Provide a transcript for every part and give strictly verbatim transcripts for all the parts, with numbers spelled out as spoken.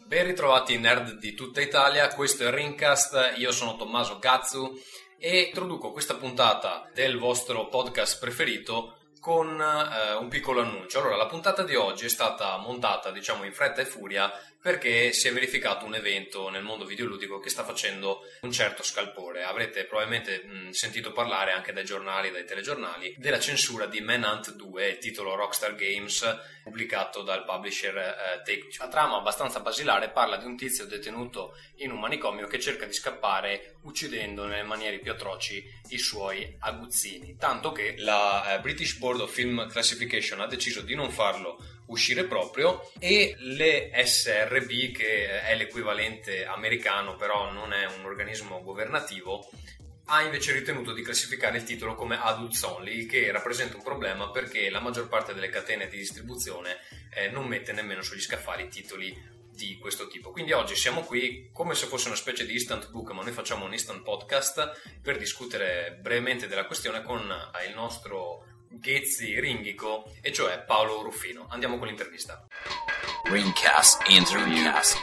Ben ritrovati nerd di tutta Italia, questo è Ringcast, io sono Tommaso Gazzu e introduco questa puntata del vostro podcast preferito con eh, un piccolo annuncio. Allora, la puntata di oggi è stata montata, diciamo, in fretta e furia perché si è verificato un evento nel mondo videoludico che sta facendo un certo scalpore. Avrete probabilmente mh, sentito parlare anche dai giornali, dai telegiornali, della censura di Manhunt due, il titolo Rockstar Games pubblicato dal publisher eh, Take-Two. La trama abbastanza basilare parla di un tizio detenuto in un manicomio che cerca di scappare uccidendo nelle maniere più atroci i suoi aguzzini, tanto che la eh, British Board of Film Classification ha deciso di non farlo uscire proprio e le S R B, che è l'equivalente americano però non è un organismo governativo, ha invece ritenuto di classificare il titolo come Adults Only, il che rappresenta un problema perché la maggior parte delle catene di distribuzione eh, non mette nemmeno sugli scaffali titoli di questo tipo. Quindi oggi siamo qui come se fosse una specie di instant book, ma noi facciamo un instant podcast per discutere brevemente della questione con il nostro Ghezzi ringhico, e cioè Paolo Ruffino. Andiamo con l'intervista. Ringcast Interview.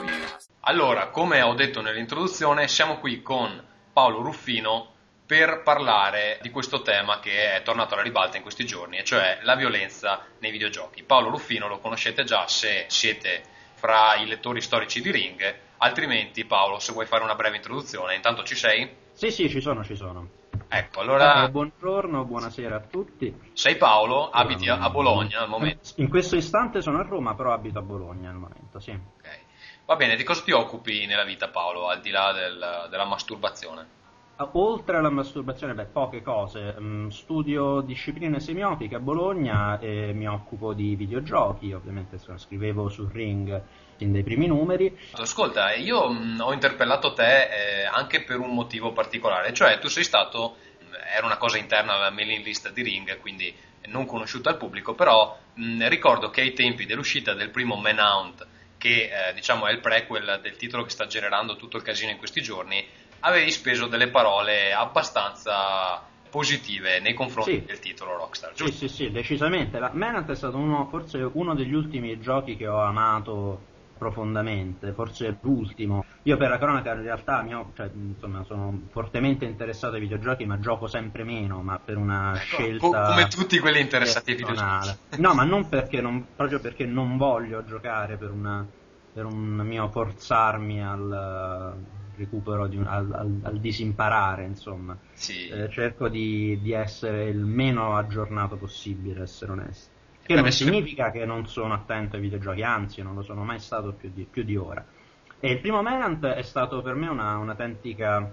Allora, come ho detto nell'introduzione, siamo qui con Paolo Ruffino per parlare di questo tema che è tornato alla ribalta in questi giorni, e cioè la violenza nei videogiochi. Paolo Ruffino lo conoscete già se siete fra i lettori storici di Ring, altrimenti Paolo, se vuoi fare una breve introduzione. Intanto ci sei? Sì, sì, ci sono, ci sono. Ecco, allora... Eh, buongiorno, buonasera a tutti. Sei Paolo, abiti a Bologna al momento? In questo istante sono a Roma, però abito a Bologna al momento, sì. Ok. Va bene, di cosa ti occupi nella vita, Paolo, al di là del, della masturbazione? Oltre alla masturbazione, beh, poche cose. Studio discipline semiotiche a Bologna e mi occupo di videogiochi. Ovviamente scrivevo su Ring sin dai primi numeri. Ascolta, io mh, ho interpellato te eh, anche per un motivo particolare, cioè tu sei stato, era una cosa interna alla mailing list di Ring, quindi non conosciuta al pubblico, però mh, ricordo che ai tempi dell'uscita del primo Manhunt, che eh, diciamo è il prequel del titolo che sta generando tutto il casino in questi giorni, avevi speso delle parole abbastanza positive nei confronti sì. del titolo Rockstar, giusto? Sì, sì, sì, decisamente. La Manhunt è stato uno, forse uno degli ultimi giochi che ho amato profondamente, forse l'ultimo. Io, per la cronaca, in realtà mio, cioè, insomma, sono fortemente interessato ai videogiochi, ma gioco sempre meno, ma per una ecco, scelta come tutti quelli interessati ai videogiochi. No, ma non perché non, proprio perché non voglio giocare, per una per un mio forzarmi al recupero di un, al, al, al disimparare, insomma. Sì. Eh, cerco di, di essere il meno aggiornato possibile, essere onesto. Che non significa che non sono attento ai videogiochi, anzi non lo sono mai stato più di, più di ora. E il primo Manhunt è stato per me una, un'autentica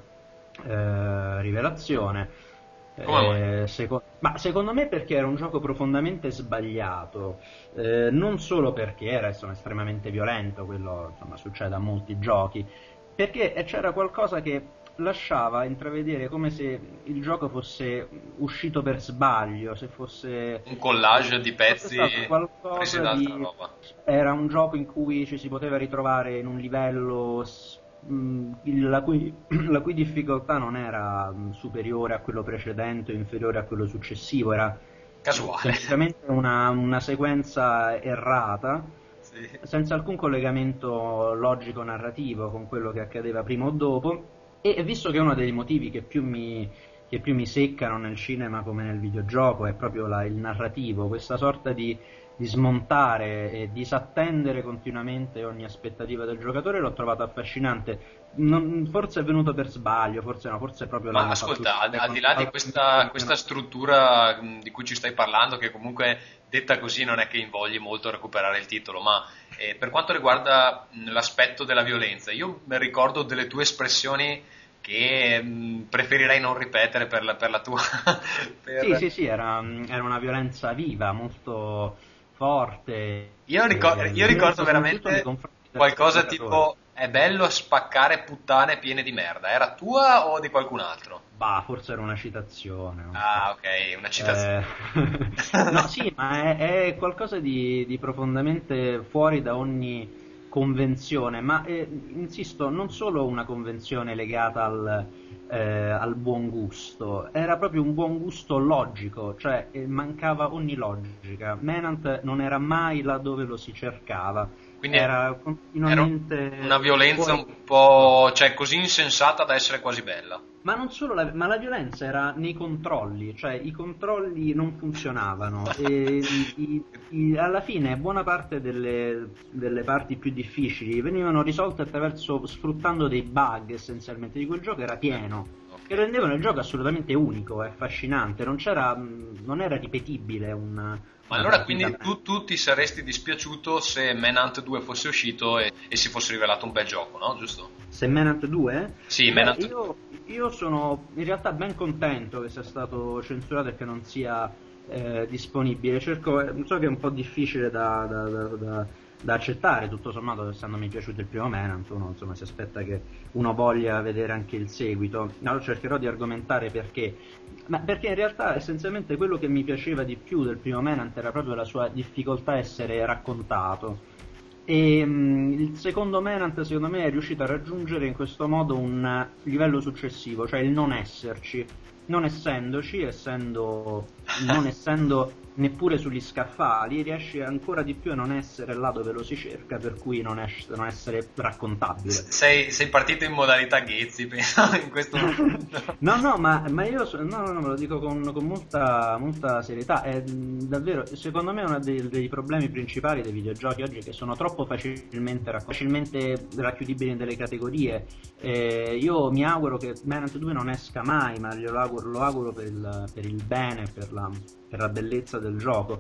eh, rivelazione. Eh, seco- ma secondo me perché era un gioco profondamente sbagliato, eh, non solo perché era insomma, estremamente violento, quello insomma, succede a molti giochi, perché c'era qualcosa che lasciava intravedere come se il gioco fosse uscito per sbaglio, se fosse un collage di pezzi presi da altra roba. Era un gioco in cui ci si poteva ritrovare in un livello mh, la, cui, la cui difficoltà non era mh, superiore a quello precedente o inferiore a quello successivo, era casuale, semplicemente una, una sequenza errata, sì, senza alcun collegamento logico-narrativo con quello che accadeva prima o dopo. E visto che uno dei motivi che più mi, che più mi seccano nel cinema come nel videogioco è proprio la, il narrativo, questa sorta di, di smontare e disattendere continuamente ogni aspettativa del giocatore, l'ho trovato affascinante. Non, forse è venuto per sbaglio, forse no, forse è proprio la... Ma ascolta, al, al di là di questa, questa struttura di cui ci stai parlando, che comunque detta così non è che invogli molto a recuperare il titolo, ma eh, per quanto riguarda l'aspetto della violenza, io mi ricordo delle tue espressioni che mh, preferirei non ripetere per la, per la tua... per... Sì, sì, sì, era, era una violenza viva, molto forte. Io, ricor- eh, io ricordo veramente qualcosa tipo: è bello spaccare puttane piene di merda. Era tua o di qualcun altro? Bah, forse era una citazione. Ah, ok, una citazione. Eh... no, sì, ma è, è qualcosa di, di profondamente fuori da ogni convenzione, ma eh, insisto, non solo una convenzione legata al, eh, al buon gusto, era proprio un buon gusto logico, cioè eh, mancava ogni logica. Menant non era mai là dove lo si cercava, quindi era continuamente era una violenza fuori... un po', cioè così insensata da essere quasi bella. Ma non solo la, ma la violenza era nei controlli, cioè i controlli non funzionavano e i, i, alla fine buona parte delle, delle parti più difficili venivano risolte attraverso sfruttando dei bug essenzialmente di quel gioco, era pieno, che rendevano il gioco assolutamente unico e affascinante, non c'era, non era ripetibile un... Ma allora quindi tu, tu ti saresti dispiaciuto se Manhunt due fosse uscito e, e si fosse rivelato un bel gioco, no? Giusto? Se Manhunt due? Sì, Manhunt. Io, io sono in realtà ben contento che sia stato censurato e che non sia eh, disponibile. Cerco, so che è un po' difficile da, da, da, da, da accettare, tutto sommato, essendomi piaciuto il primo Manhunt, uno insomma si aspetta che uno voglia vedere anche il seguito. Allora cercherò di argomentare perché. Ma perché in realtà essenzialmente quello che mi piaceva di più del primo Manhunt era proprio la sua difficoltà a essere raccontato, e mh, il secondo Manhunt secondo me è riuscito a raggiungere in questo modo un livello successivo, cioè il non esserci, non essendoci, essendo non essendo neppure sugli scaffali, riesce ancora di più a non essere là dove lo si cerca, per cui non, es- non essere raccontabile. Sei, sei partito in modalità Ghezzi, penso, in questo momento. No, no, ma, ma io so- no, no, no, me lo dico con, con molta, molta serietà. È mh, davvero, secondo me, uno dei, dei problemi principali dei videogiochi oggi è che sono troppo facilmente, racco- facilmente racchiudibili in delle categorie. Eh, io mi auguro che Manhunt due non esca mai, ma glielo auguro, lo auguro per il, per il bene, per la, per la bellezza del gioco.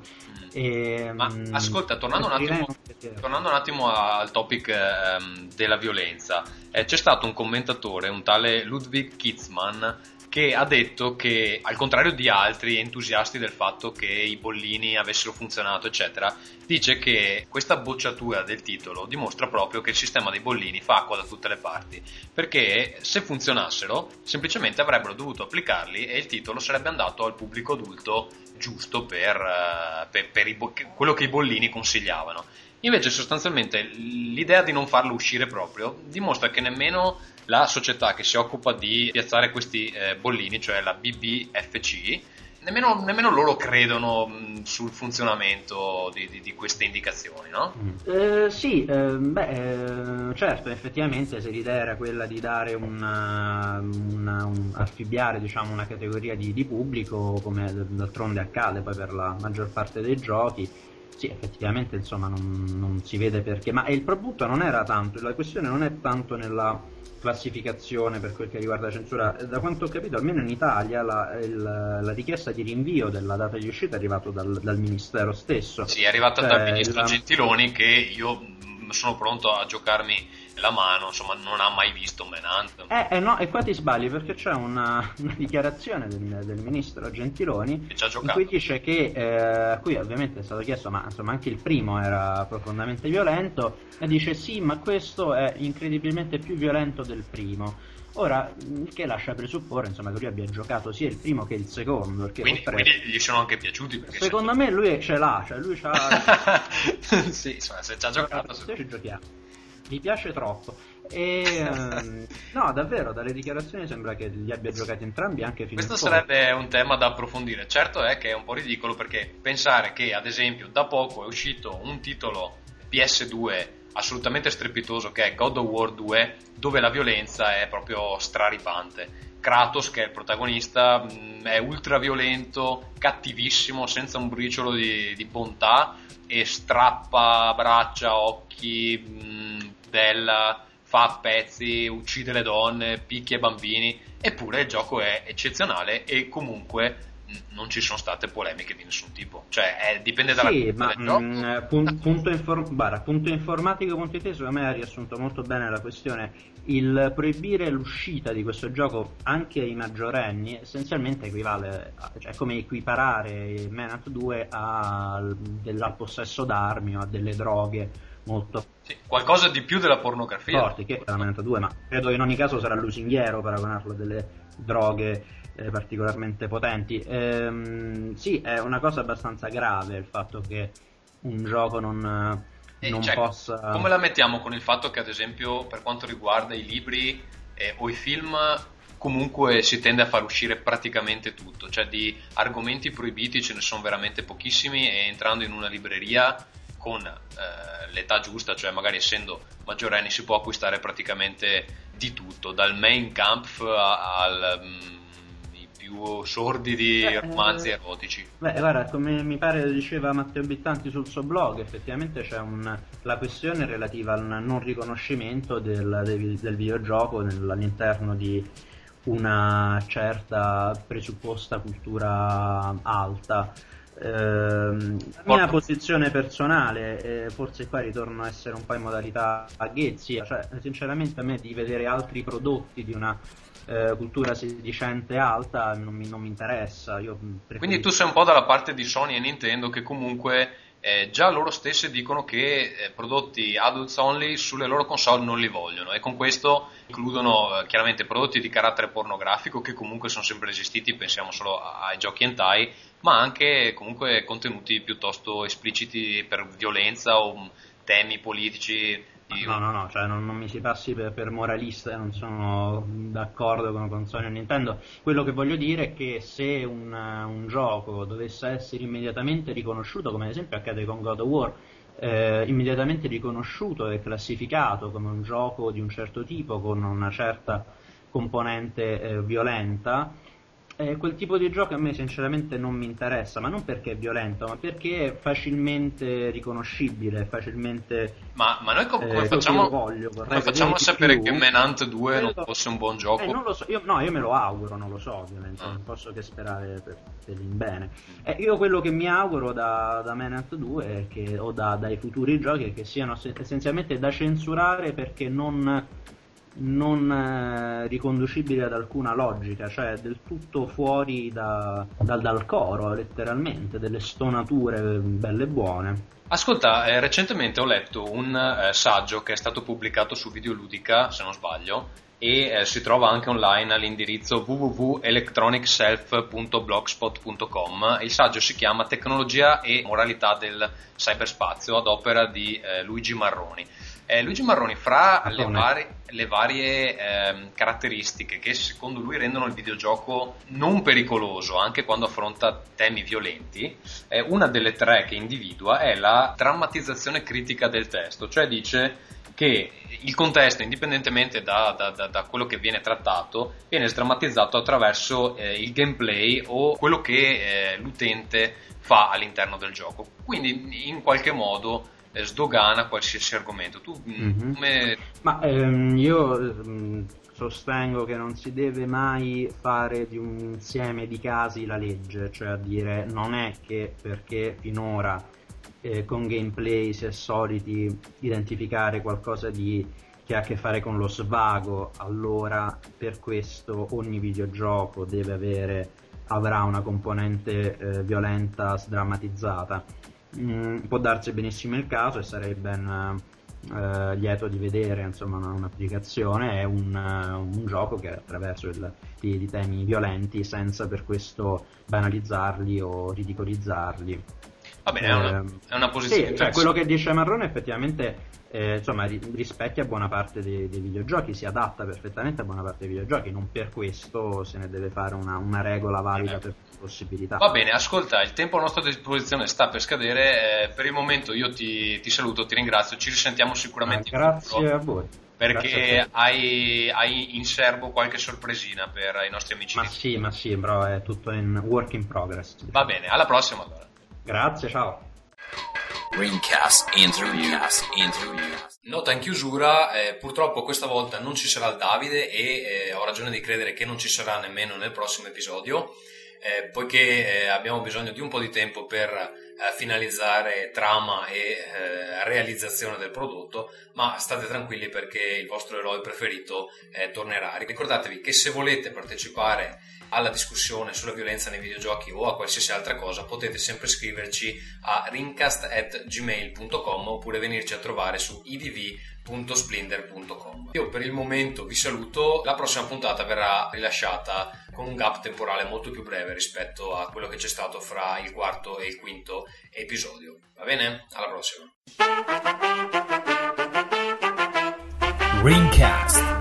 E, ma mh, ascolta, tornando un attimo, tornando un attimo al topic ehm, della violenza, eh, c'è stato un commentatore, un tale Ludwig Kitzmann, che ha detto che, al contrario di altri entusiasti del fatto che i bollini avessero funzionato eccetera, dice che questa bocciatura del titolo dimostra proprio che il sistema dei bollini fa acqua da tutte le parti, perché se funzionassero semplicemente avrebbero dovuto applicarli e il titolo sarebbe andato al pubblico adulto giusto per, per, per i bo- quello che i bollini consigliavano. Invece sostanzialmente l'idea di non farlo uscire proprio dimostra che nemmeno la società che si occupa di piazzare questi eh, bollini, cioè la B B F C, nemmeno, nemmeno loro credono mh, sul funzionamento di, di, di queste indicazioni, no? Eh, sì, eh, beh, eh, certo, effettivamente se l'idea era quella di dare una, una, un, affibbiare diciamo una categoria di, di pubblico, come d'altronde accade poi per la maggior parte dei giochi, sì, effettivamente insomma non, non si vede perché, ma il punto non era tanto, la questione non è tanto nella classificazione per quel che riguarda la censura. Da quanto ho capito, almeno in Italia la, il, la richiesta di rinvio della data di uscita è arrivata dal, dal Ministero stesso. Sì, è arrivata cioè, dal Ministro la... Gentiloni, che io sono pronto a giocarmi la mano, insomma non ha mai visto Manhunt. Eh, eh no, e qua ti sbagli perché c'è una, una dichiarazione del, del Ministro Gentiloni che ci ha in giocato. cui dice che, eh, a cui ovviamente è stato chiesto, ma insomma anche il primo era profondamente violento, e dice sì, ma questo è incredibilmente più violento del primo. Ora, il che lascia presupporre insomma che lui abbia giocato sia il primo che il secondo, perché quindi, oltre... quindi gli sono anche piaciuti, perché secondo se... me lui ce l'ha, cioè lui c'ha sì, insomma, se ci ha giocato se ci giochiamo. Mi piace troppo. E um, no, davvero, dalle dichiarazioni sembra che li abbia giocati entrambi anche fino questo in fondo. sarebbe un tema da approfondire. Certo è che è un po' ridicolo, perché pensare che ad esempio da poco è uscito un titolo P S due assolutamente strepitoso che è God of War due, dove la violenza è proprio straripante. Kratos, che è il protagonista, è ultra violento, cattivissimo, senza un briciolo di, di bontà, e strappa braccia, occhi, mh, Bella, fa a pezzi, uccide le donne, picchia i bambini, eppure il gioco è eccezionale e comunque non ci sono state polemiche di nessun tipo, cioè è, dipende dalla sì, ma del gioco. Mh, pun- punto, infor- barra, punto informatico punto it secondo me ha riassunto molto bene la questione. Il proibire l'uscita di questo gioco anche ai maggiorenni essenzialmente equivale a, cioè è come equiparare Manhunt due al, del, al possesso d'armi o a delle droghe molto sì, qualcosa di più della pornografia forti, che è la Manhunt due, ma credo che in ogni caso sarà lusinghiero paragonarlo a delle droghe eh, particolarmente potenti. Ehm, sì, è una cosa abbastanza grave il fatto che un gioco non, eh, non cioè, possa... come la mettiamo con il fatto che ad esempio per quanto riguarda i libri eh, o i film, comunque si tende a far uscire praticamente tutto, cioè di argomenti proibiti ce ne sono veramente pochissimi, e entrando in una libreria con eh, l'età giusta, cioè magari essendo maggiorenni, si può acquistare praticamente di tutto, dal Mein Kampf al mm, più sordidi Beh, romanzi eh, erotici. Beh, guarda, come mi pare diceva Matteo Bittanti sul suo blog, effettivamente c'è un, la questione relativa al non riconoscimento del, del, del videogioco nel, all'interno di una certa presupposta cultura alta. Eh, la mia posizione personale, eh, forse qua ritorno a essere un po' in modalità a Ghezzi, cioè sinceramente a me di vedere altri prodotti di una eh, cultura sedicente alta non mi, non mi interessa. Io preferisco... Quindi tu sei un po' dalla parte di Sony e Nintendo, che comunque eh, già loro stesse dicono che eh, prodotti adults only sulle loro console non li vogliono, e con questo includono eh, chiaramente prodotti di carattere pornografico, che comunque sono sempre esistiti, pensiamo solo ai giochi hentai, ma anche comunque contenuti piuttosto espliciti per violenza o temi politici. No, no, no, cioè non, non mi si passi per, per moralista, non sono d'accordo con, con Sony e Nintendo. Quello che voglio dire è che se un, un gioco dovesse essere immediatamente riconosciuto, come ad esempio accade con God of War, eh, immediatamente riconosciuto e classificato come un gioco di un certo tipo, con una certa componente eh, violenta, Eh, quel tipo di gioco a me sinceramente non mi interessa, ma non perché è violento, ma perché è facilmente riconoscibile, facilmente... Ma, ma noi com- eh, come facciamo, voglio, come facciamo a sapere più, che Manhunt due credo, non fosse un buon gioco? Eh, non lo so, io, no, io me lo auguro, non lo so ovviamente, ah. non posso che sperare per, per il bene. Eh, io quello che mi auguro da, da Manhunt due è che, o da, dai futuri giochi, è che siano essenzialmente da censurare perché non... non eh, riconducibili ad alcuna logica, cioè del tutto fuori da, dal, dal coro, letteralmente, delle stonature belle e buone. Ascolta, eh, recentemente ho letto un eh, saggio che è stato pubblicato su Videoludica, se non sbaglio, e eh, si trova anche online all'indirizzo w w w punto electronic self punto blogspot punto com. Il saggio si chiama Tecnologia e moralità del cyberspazio, ad opera di eh, Luigi Marroni. Eh, Luigi Marroni, fra le varie, le varie eh, caratteristiche che secondo lui rendono il videogioco non pericoloso anche quando affronta temi violenti, eh, una delle tre che individua è la drammatizzazione critica del testo, cioè dice che il contesto, indipendentemente da, da, da, da quello che viene trattato, viene sdrammatizzato attraverso eh, il gameplay o quello che eh, l'utente fa all'interno del gioco, quindi in qualche modo sdogana qualsiasi argomento. Tu mm-hmm. come... Ma ehm, io ehm, sostengo che non si deve mai fare di un insieme di casi la legge, cioè a dire non è che perché finora eh, con gameplay si è soliti identificare qualcosa di che ha a che fare con lo svago, allora per questo ogni videogioco deve avere avrà una componente eh, violenta sdrammatizzata. Mm, può darsi benissimo il caso e sarei ben eh, lieto di vedere insomma una, un'applicazione e un, uh, un gioco che attraverso il, di, di temi violenti senza per questo banalizzarli o ridicolizzarli. Va bene, è una, è una posizione. Sì, cioè quello che dice Marrone effettivamente eh, insomma ri- rispecchia buona parte dei, dei videogiochi, si adatta perfettamente a buona parte dei videogiochi, non per questo se ne deve fare una, una regola valida per possibilità. Va bene, ascolta, il tempo a nostra disposizione sta per scadere, eh, per il momento io ti, ti saluto, ti ringrazio, ci risentiamo sicuramente. Ah, grazie a voi. Perché a hai, hai in serbo qualche sorpresina per i nostri amici. Ma sì, ma sì, bro, è tutto in work in progress. Va bene, alla prossima allora. Grazie, ciao. Ringcast Interview. Interview. Nota in chiusura, eh, purtroppo questa volta non ci sarà il Davide e eh, ho ragione di credere che non ci sarà nemmeno nel prossimo episodio, eh, poiché eh, abbiamo bisogno di un po' di tempo per eh, finalizzare trama e eh, realizzazione del prodotto, ma state tranquilli perché il vostro eroe preferito eh, tornerà. Ricordatevi che se volete partecipare alla discussione sulla violenza nei videogiochi o a qualsiasi altra cosa potete sempre scriverci a ringcast at gmail punto com oppure venirci a trovare su i d v punto splendor punto com. Io per il momento vi saluto, la prossima puntata verrà rilasciata con un gap temporale molto più breve rispetto a quello che c'è stato fra il quarto e il quinto episodio. Va bene? Alla prossima. Ringcast.